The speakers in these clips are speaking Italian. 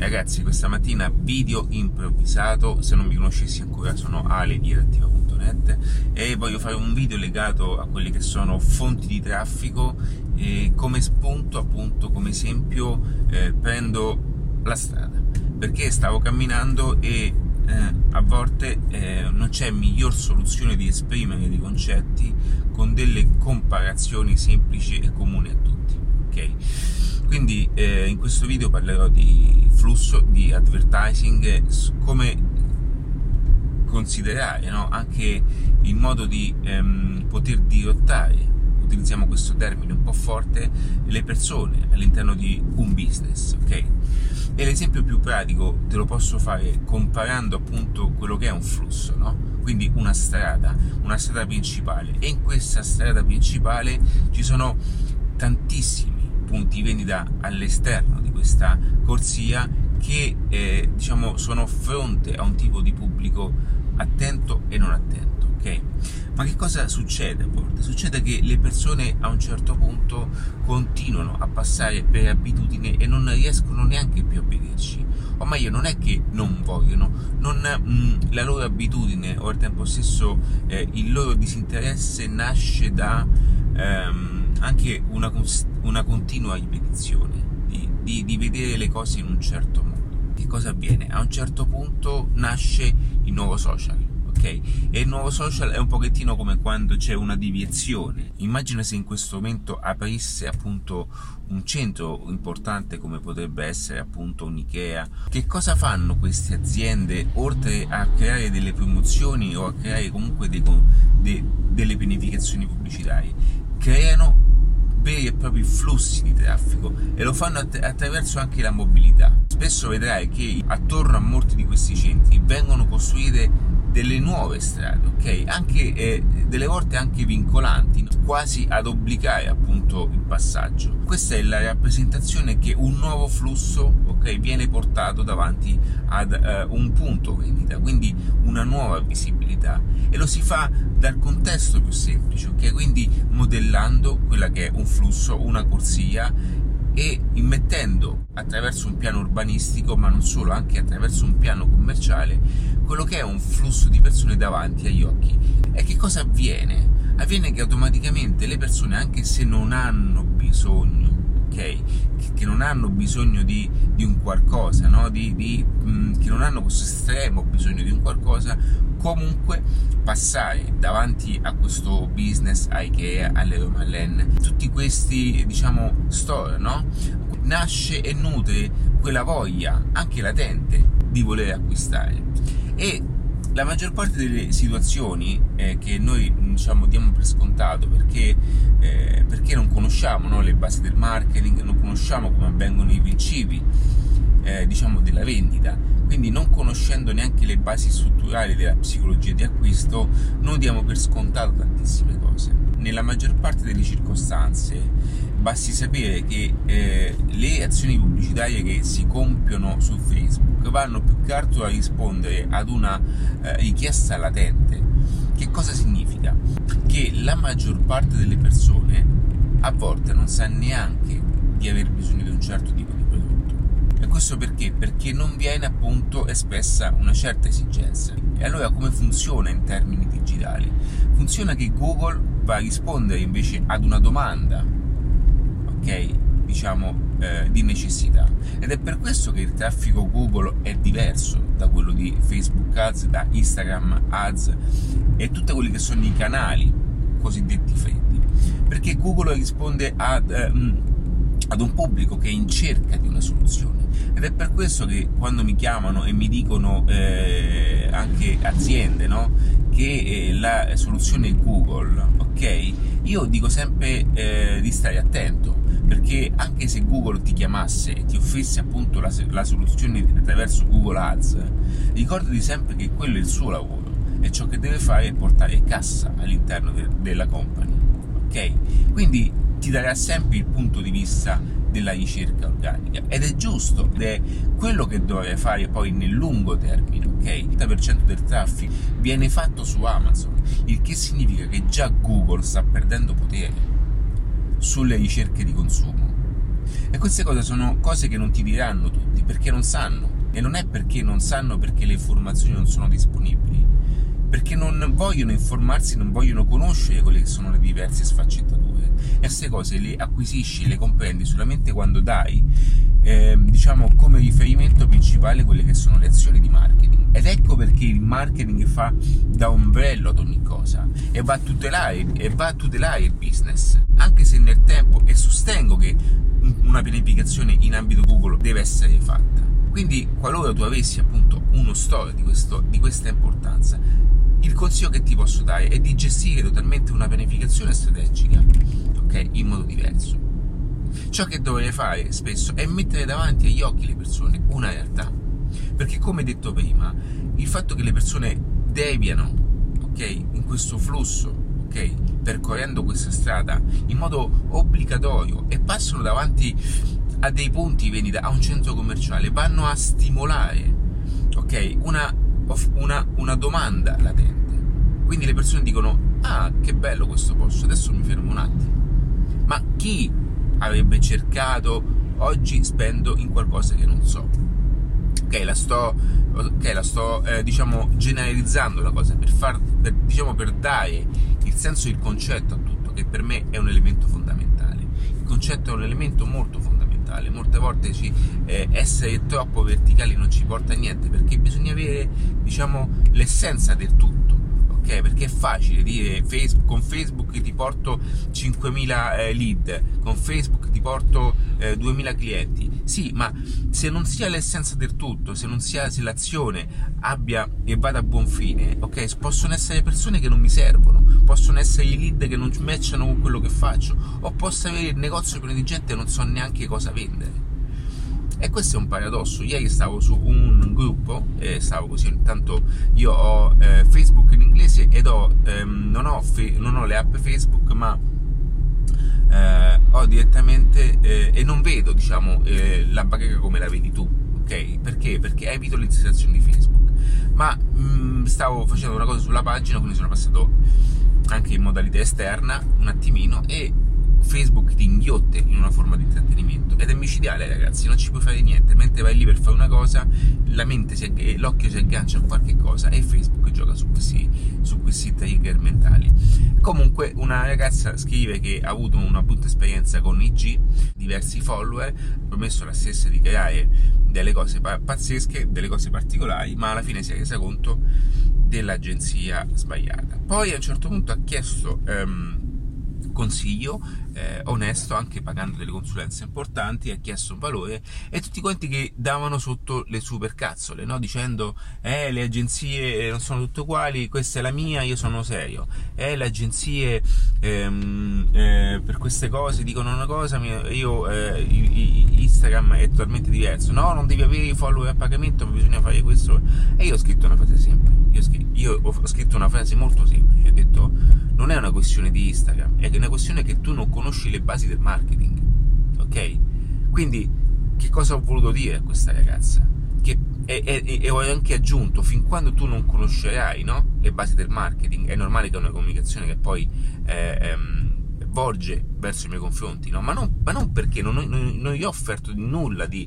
Ragazzi, questa mattina video improvvisato. Se non mi conoscessi ancora, sono Ale di Adattiva.net e voglio fare un video legato a quelle che sono fonti di traffico e come spunto, appunto, come esempio prendo la strada, perché stavo camminando e a volte non c'è miglior soluzione di esprimere dei concetti con delle comparazioni semplici e comuni a tutti, ok? Quindi in questo video parlerò di flusso di advertising, come considerare, no? Anche il modo di poter dirottare, utilizziamo questo termine un po' forte, le persone all'interno di un business, ok? E l'esempio più pratico te lo posso fare comparando appunto quello che è un flusso, no? Quindi una strada principale, e in questa strada principale ci sono tantissimi punti vendita all'esterno di questa corsia che sono fronte a un tipo di pubblico attento e non attento, ok? Ma che cosa succede a volte? Succede che le persone a un certo punto continuano a passare per abitudine e non riescono neanche più a vederci, o meglio, non è che non vogliono, la loro abitudine o al tempo stesso il loro disinteresse nasce da anche una continua ripetizione di vedere le cose in un certo modo. Che cosa avviene? A un certo punto nasce il nuovo social, ok? E il nuovo social è un pochettino come quando c'è una deviazione. Immagina se in questo momento aprisse appunto un centro importante come potrebbe essere appunto un Ikea. Che cosa fanno queste aziende oltre a creare delle promozioni o a creare comunque delle pianificazioni pubblicitarie? Creano veri e propri flussi di traffico e lo fanno attraverso anche la mobilità. Spesso vedrai che attorno a molti di questi centri vengono costruite delle nuove strade, ok? Anche delle volte anche vincolanti, quasi ad obbligare appunto il passaggio. Questa è la rappresentazione che un nuovo flusso, ok, viene portato davanti ad un punto vendita, quindi una nuova visibilità, e lo si fa dal contesto più semplice, ok? Quindi modellando quella che è un flusso, una corsia, e immettendo attraverso un piano urbanistico, ma non solo, anche attraverso un piano commerciale, quello che è un flusso di persone davanti agli occhi. E che cosa avviene? Avviene che automaticamente le persone, anche se non hanno bisogno, ok? Che non hanno bisogno di un qualcosa, no? Che non hanno questo estremo bisogno di un qualcosa, comunque passare davanti a questo business, a Ikea, alle Malen, tutti questi store, no? Nasce e nutre quella voglia, anche latente, di voler acquistare. E la maggior parte delle situazioni che noi diamo per scontato perché non conosciamo, no, le basi del marketing, non conosciamo come avvengono i principi della vendita, quindi non conoscendo neanche le basi strutturali della psicologia di acquisto, noi diamo per scontato tantissime cose. Nella maggior parte delle circostanze basti sapere che le azioni pubblicitarie che si compiono su Facebook vanno più che altro a rispondere ad una richiesta latente. Che cosa significa? Che la maggior parte delle persone a volte non sa neanche di aver bisogno di un certo tipo di prodotto. E questo perché? Perché non viene appunto espressa una certa esigenza. E allora come funziona in termini digitali? Funziona che Google va a rispondere invece ad una domanda, ok? Di necessità. Ed è per questo che il traffico Google è diverso da quello di Facebook Ads, da Instagram Ads e tutti quelli che sono i canali cosiddetti freddi, perché Google risponde ad un pubblico che è in cerca di una soluzione. Ed è per questo che quando mi chiamano e mi dicono anche aziende, no, che la soluzione è Google, ok? Io dico sempre di stare attento, perché anche se Google ti chiamasse e ti offrisse appunto la soluzione attraverso Google Ads, ricordati sempre che quello è il suo lavoro e ciò che deve fare è portare cassa all'interno della company, ok? Quindi ti darà sempre il punto di vista della ricerca organica, ed è giusto, ed è quello che dovrai fare poi nel lungo termine, ok? Il 30% del traffico viene fatto su Amazon, il che significa che già Google sta perdendo potere sulle ricerche di consumo, E queste cose sono cose che non ti diranno tutti, perché non sanno. E non è perché non sanno perché le informazioni non sono disponibili, perché non vogliono informarsi, non vogliono conoscere quelle che sono le diverse sfaccettature. E queste cose le acquisisci, le comprendi solamente quando dai, come riferimento principale quelle che sono le azioni di marketing. Ed ecco perché il marketing fa da ombrello ad ogni cosa e va a tutelare il business, anche se nel tempo, e sostengo che una pianificazione in ambito Google deve essere fatta. Quindi, qualora tu avessi appunto uno store di questa importanza, il consiglio che ti posso dare è di gestire totalmente una pianificazione strategica, ok, in modo diverso. Ciò che dovrei fare spesso è mettere davanti agli occhi le persone una realtà, perché come detto prima, il fatto che le persone deviano, ok, in questo flusso, ok, percorrendo questa strada in modo obbligatorio e passano davanti a dei punti vendita, a un centro commerciale, vanno a stimolare, ok, una domanda latente. Quindi le persone dicono: ah, che bello questo posto, adesso mi fermo un attimo. Ma chi avrebbe cercato oggi spendo in qualcosa che non so? Ok, la sto generalizzando la cosa per dare il senso e il concetto a tutto, che per me è un elemento fondamentale. Il concetto è un elemento molto fondamentale. Molte volte essere troppo verticali non ci porta a niente, perché bisogna avere, l'essenza del tutto. Ok, perché è facile dire con Facebook ti porto 5.000 lead, con Facebook ti porto 2.000 clienti. Sì, ma se non sia l'essenza del tutto, se l'azione abbia e vada a buon fine, ok, possono essere persone che non mi servono, possono essere i lead che non matchano con quello che faccio, o posso avere il negozio pieno di gente e non so neanche cosa vendere. E questo è un paradosso. Ieri stavo su un gruppo, stavo così, intanto io ho Facebook in inglese ed non ho le app Facebook, ma ho direttamente e non vedo la bacheca come la vedi tu, ok? Perché? Perché evito l'installazione di Facebook, ma stavo facendo una cosa sulla pagina, quindi sono passato anche in modalità esterna un attimino, e Facebook ti inghiotte in una forma di intrattenimento ed è micidiale, ragazzi, non ci puoi fare niente. Mentre vai lì per fare una cosa, l'occhio si aggancia a qualche cosa e Facebook gioca su questi trigger mentali. Comunque una ragazza scrive che ha avuto una brutta esperienza con IG, diversi follower, ha promesso la stessa di creare delle cose pazzesche, delle cose particolari, ma alla fine si è resa conto dell'agenzia sbagliata. Poi a un certo punto ha chiesto consiglio onesto, anche pagando delle consulenze importanti, ha chiesto un valore, e tutti quanti che davano sotto le supercazzole, no? Dicendo le agenzie non sono tutte uguali, questa è la mia, io sono serio, le agenzie per queste cose dicono una cosa, Instagram è totalmente diverso, no, non devi avere i follower a pagamento, ma bisogna fare questo. E io ho scritto una frase semplice, io ho scritto una frase molto semplice, ho detto: non è una questione di Instagram, è una questione che tu non conosci le basi del marketing, ok? Quindi che cosa ho voluto dire a questa ragazza? E ho anche aggiunto: fin quando tu non conoscerai, no, le basi del marketing, è normale che è una comunicazione che poi volge verso i miei confronti, no? Ma non perché non gli ho offerto nulla di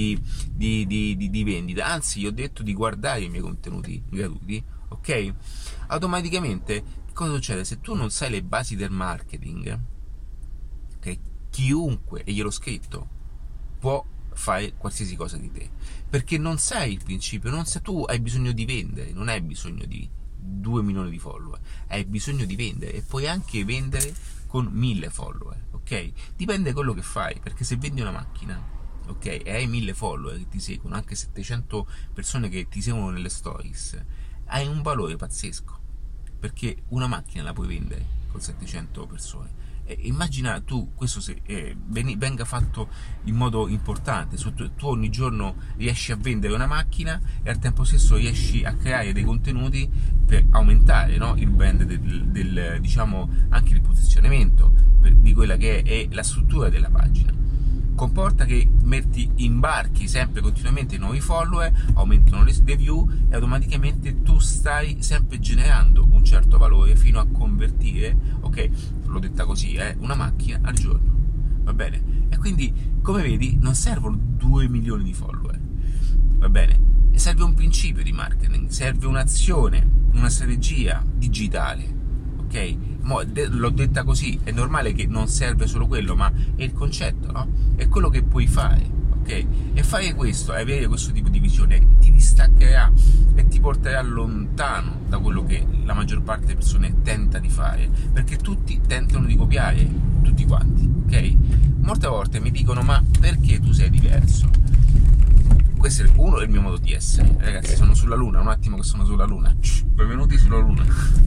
vendita, anzi gli ho detto di guardare i miei contenuti gratuiti, ok? Automaticamente cosa succede? Se tu non sai le basi del marketing, okay, chiunque, e gliel'ho scritto, può fare qualsiasi cosa di te, perché non sai il principio, tu hai bisogno di vendere, non hai bisogno di 2 milioni di follower, hai bisogno di vendere, e puoi anche vendere con 1000 follower, ok? Dipende da quello che fai, perché se vendi una macchina, ok, e hai 1000 follower che ti seguono, anche 700 persone che ti seguono nelle stories, hai un valore pazzesco, perché una macchina la puoi vendere con 700 persone. Immagina tu questo, se venga fatto in modo importante, tu ogni giorno riesci a vendere una macchina e al tempo stesso riesci a creare dei contenuti per aumentare, no, il brand anche il posizionamento di quella che è la struttura della pagina. Comporta che imbarchi sempre continuamente nuovi follower, aumentano le view e automaticamente tu stai sempre generando un certo valore fino a convertire, ok, l'ho detta così, una macchina al giorno, va bene? E quindi, come vedi, non servono 2 milioni di follower, va bene? E serve un principio di marketing, serve un'azione, una strategia digitale, ok? L'ho detta così, è normale che non serve solo quello, ma è il concetto, no? È quello che puoi fare, ok? E fare questo, avere questo tipo di visione, ti distaccherà e ti porterà lontano da quello che la maggior parte delle persone tenta di fare, perché tutti tentano di copiare, tutti quanti, ok? Molte volte mi dicono: ma perché tu sei diverso? Questo è il mio modo di essere, ragazzi. Sono sulla luna, un attimo che sono sulla luna. Benvenuti sulla luna.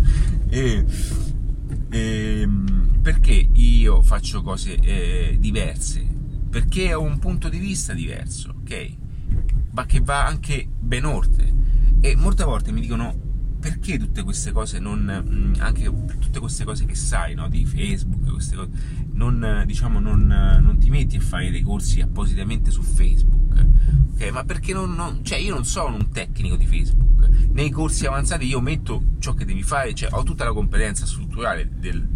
Perché io faccio cose diverse? Perché ho un punto di vista diverso, ok? Ma che va anche ben oltre. E molte volte mi dicono: perché tutte queste cose anche tutte queste cose che sai, no, di Facebook, queste cose, non ti metti a fare dei corsi appositamente su Facebook, ok? Ma perché cioè, io non sono un tecnico di Facebook. Nei corsi avanzati io metto ciò che devi fare, cioè ho tutta la competenza strutturale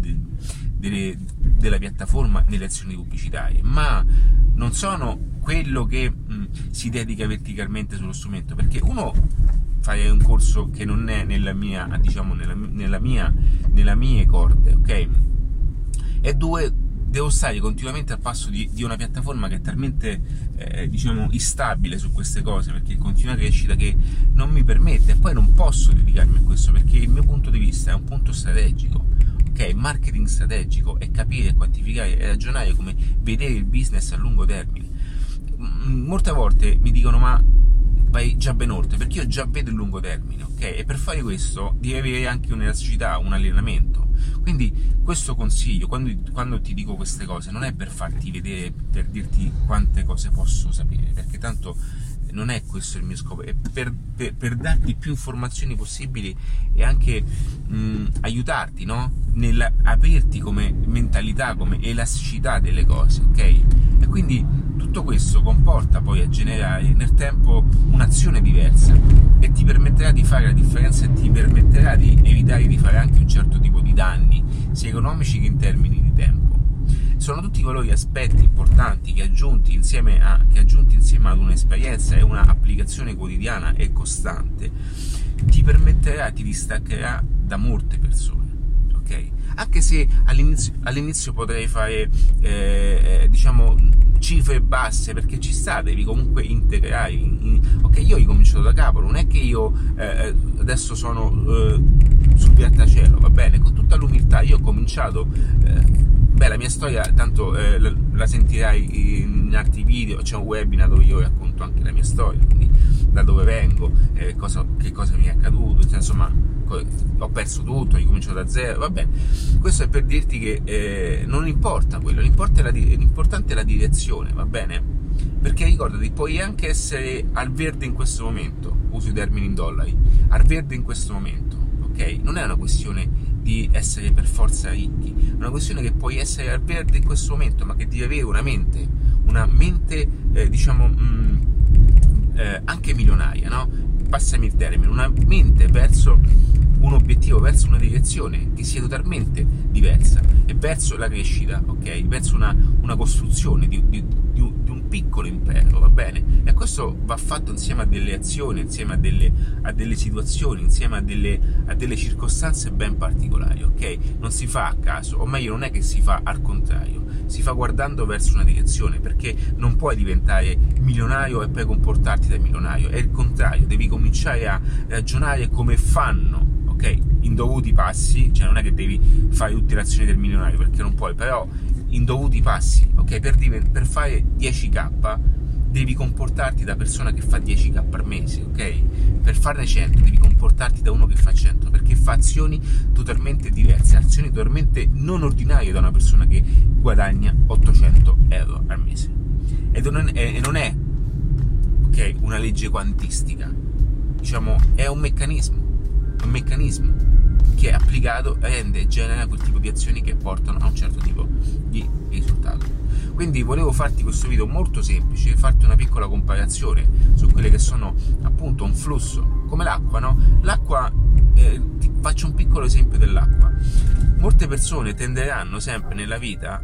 della piattaforma nelle azioni pubblicitarie, ma non sono quello che si dedica verticalmente sullo strumento, perché fare un corso che non è nelle mie corde, ok? E due, devo stare continuamente al passo di una piattaforma che è talmente instabile su queste cose, perché continua crescita, che non mi permette, e poi non posso dedicarmi a questo, perché il mio punto di vista è un punto strategico, ok? Marketing strategico è capire, quantificare e ragionare come vedere il business a lungo termine. Molte volte mi dicono: ma vai già ben oltre, perché io già vedo il lungo termine, ok? E per fare questo devi avere anche un'elasticità, un allenamento. Quindi questo consiglio, quando ti dico queste cose, non è per farti vedere, per dirti quante cose posso sapere, perché tanto non è questo il mio scopo, è per darti più informazioni possibili e anche aiutarti, no? Nell'aprirti come mentalità, come elasticità delle cose, ok? E quindi tutto questo comporta poi a generare nel tempo un'azione diversa e ti permetterà di fare la differenza e ti permetterà di evitare di fare anche un certo tipo di danni, sia economici che in termini di tempo. Sono tutti valori, aspetti importanti che aggiunti insieme ad un'esperienza e un'applicazione quotidiana e costante ti permetterà, ti distaccherà da molte persone, ok? Anche se all'inizio potrei fare cifre basse, perché ci sta, devi comunque integrare ok, io ho cominciato da capo, non è che io adesso sono sul grattacielo, va bene? Con tutta l'umiltà io ho cominciato, la mia storia tanto la sentirai in altri video, c'è un webinar dove io racconto anche la mia storia, quindi da dove vengo, che cosa mi è accaduto, cioè, insomma, ho perso tutto, ho ricominciato da zero, va bene. Questo è per dirti che non importa quello, l'importante è la direzione, va bene? Perché ricordati, puoi anche essere al verde in questo momento, uso i termini in dollari, al verde in questo momento, ok? Non è una questione di essere per forza ricchi, è una questione che puoi essere al verde in questo momento, ma che devi avere una mente anche milionaria, no? Passami il termine, una mente verso un obiettivo, verso una direzione che sia totalmente diversa e verso la crescita, ok? Verso una costruzione di un piccolo impero, va bene? E questo va fatto insieme a delle azioni, insieme a delle situazioni, insieme a delle circostanze ben particolari, ok? Non si fa a caso, o meglio non è che si fa al contrario, si fa guardando verso una direzione, perché non puoi diventare milionario e poi comportarti da milionario, è il contrario, devi cominciare a ragionare come fanno, ok? In dovuti passi, cioè non è che devi fare tutte le azioni del milionario, perché non puoi, però in dovuti passi, ok? Per fare 10k devi comportarti da persona che fa 10k al mese, ok? Per farne 100 devi comportarti da uno che fa 100, perché fa azioni totalmente diverse, azioni totalmente non ordinarie da una persona che guadagna 800 euro al mese. E non è, ok, una legge quantistica, diciamo, è un meccanismo che applicato rende e genera quel tipo di azioni che portano a un certo tipo di risultato. Quindi volevo farti questo video molto semplice, farti una piccola comparazione su quelle che sono appunto un flusso, come l'acqua, no? L'acqua, ti faccio un piccolo esempio dell'acqua. Molte persone tenderanno sempre nella vita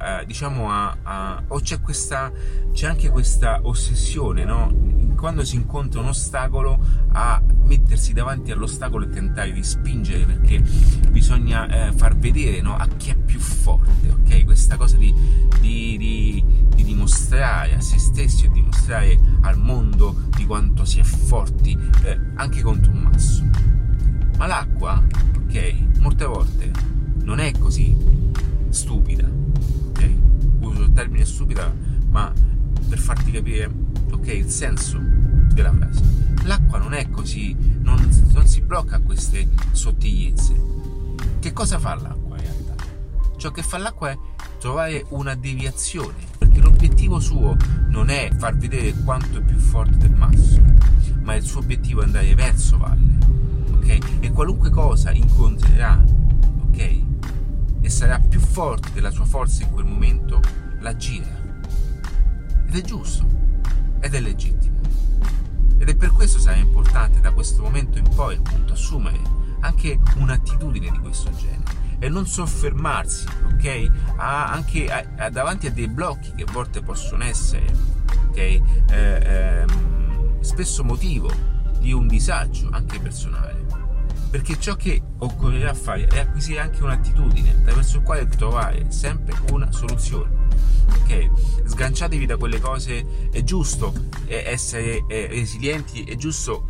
o c'è anche questa ossessione, no? Quando si incontra un ostacolo, a mettersi davanti all'ostacolo e tentare di spingere, perché bisogna far vedere, no, a chi è più forte, ok? Questa cosa di dimostrare a se stessi e dimostrare al mondo di quanto si è forti, anche contro un masso. Ma l'acqua, ok, molte volte non è così stupida, ok? Uso il termine stupida, ma per farti capire, ok, il senso della frase. L'acqua non è così, non si blocca a queste sottigliezze. Che cosa fa l'acqua in realtà? Ciò che fa l'acqua è trovare una deviazione, perché l'obiettivo suo non è far vedere quanto è più forte del masso, ma il suo obiettivo è andare verso valle, ok? E qualunque cosa incontrerà, ok, e sarà più forte della sua forza in quel momento, la gira. Ed è giusto, ed è legittimo. Ed è per questo sarà importante da questo momento in poi, appunto, assumere anche un'attitudine di questo genere e non soffermarsi, ok? Davanti a dei blocchi che a volte possono essere, ok? Spesso motivo di un disagio anche personale. Perché ciò che occorrerà fare è acquisire anche un'attitudine attraverso il quale trovare sempre una soluzione. Ok? Sganciatevi da quelle cose, è giusto essere resilienti, è giusto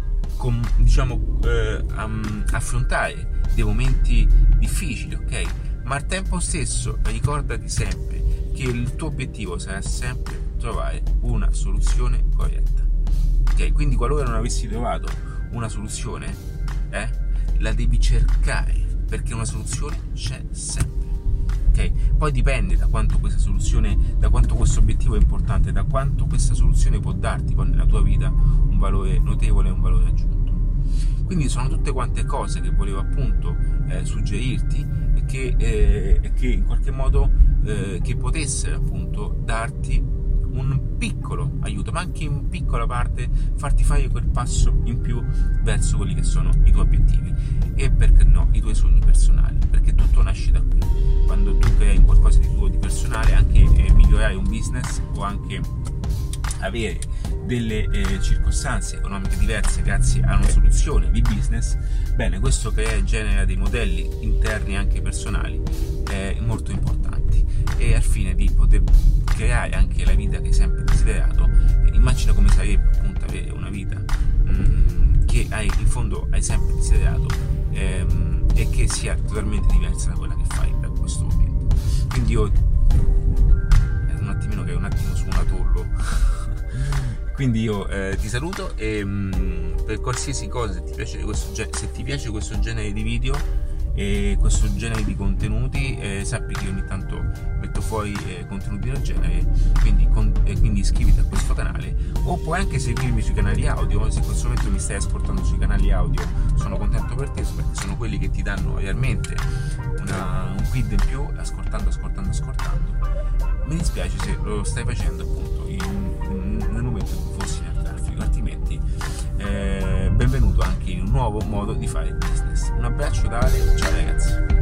affrontare dei momenti difficili, ok? Ma al tempo stesso ricordati sempre che il tuo obiettivo sarà sempre trovare una soluzione corretta. Ok? Quindi qualora non avessi trovato una soluzione, la devi cercare, perché una soluzione c'è sempre. Ok? Poi dipende da quanto questa soluzione, da quanto questo obiettivo è importante, da quanto questa soluzione può darti poi nella tua vita un valore notevole, un valore aggiunto. Quindi sono tutte quante cose che volevo appunto suggerirti e che in qualche modo che potessero appunto darti un piccolo aiuto, ma anche in piccola parte farti fare quel passo in più verso quelli che sono i tuoi obiettivi e, perché no, i tuoi sogni personali, perché tutto nasce da qui. Quando tu crei qualcosa di tuo, di personale, anche migliorare un business o anche avere delle circostanze economiche diverse grazie a una soluzione di business, bene, questo genera dei modelli interni anche personali molto importanti, e al fine di poter creare anche la vita che hai sempre desiderato. Immagina come sarebbe appunto avere una vita che in fondo hai sempre desiderato e che sia totalmente diversa da quella che fai da questo momento. Quindi io un attimo su un atollo quindi io ti saluto e per qualsiasi cosa, se ti piace questo genere di video e questo genere di contenuti, sappi che ogni tanto metto fuori contenuti del genere, quindi iscriviti a questo canale, o puoi anche seguirmi sui canali audio. Se in questo momento mi stai ascoltando sui canali audio, sono contento per te, perché sono quelli che ti danno realmente un quid in più, ascoltando. Mi dispiace se lo stai facendo appunto nel momento in cui fossi nel traffico, altrimenti benvenuto anche in un nuovo modo di fare business. Un abbraccio da Ale, ciao ragazzi.